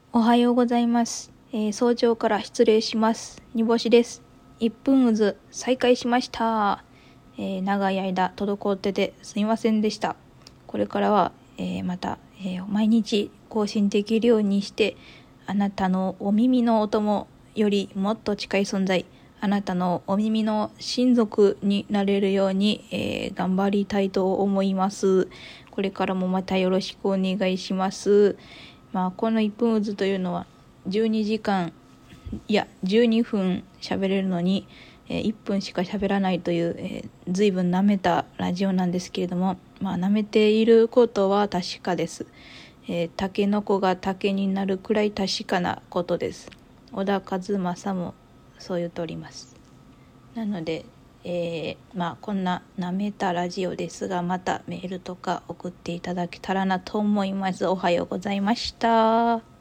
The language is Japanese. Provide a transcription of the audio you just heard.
おはようございます。早朝から失礼します。煮干しです。1分渦再開しました。長い間滞っててすみませんでした。これからは、また、毎日更新できるようにして、あなたのお耳のお供よりもっと近い存在、あなたのお耳の親族になれるように、頑張りたいと思います。これからもまたよろしくお願いします。この1分渦というのは12時間いや12分喋れるのに、1分しか喋らないという、随分舐めたラジオなんですけれども、舐めていることは確かです。タケノコが竹になるくらい確かなことです。小田和正もそう言っております。なので、こんな舐めたラジオですが、またメールとか送っていただけたらなと思います。おはようございました。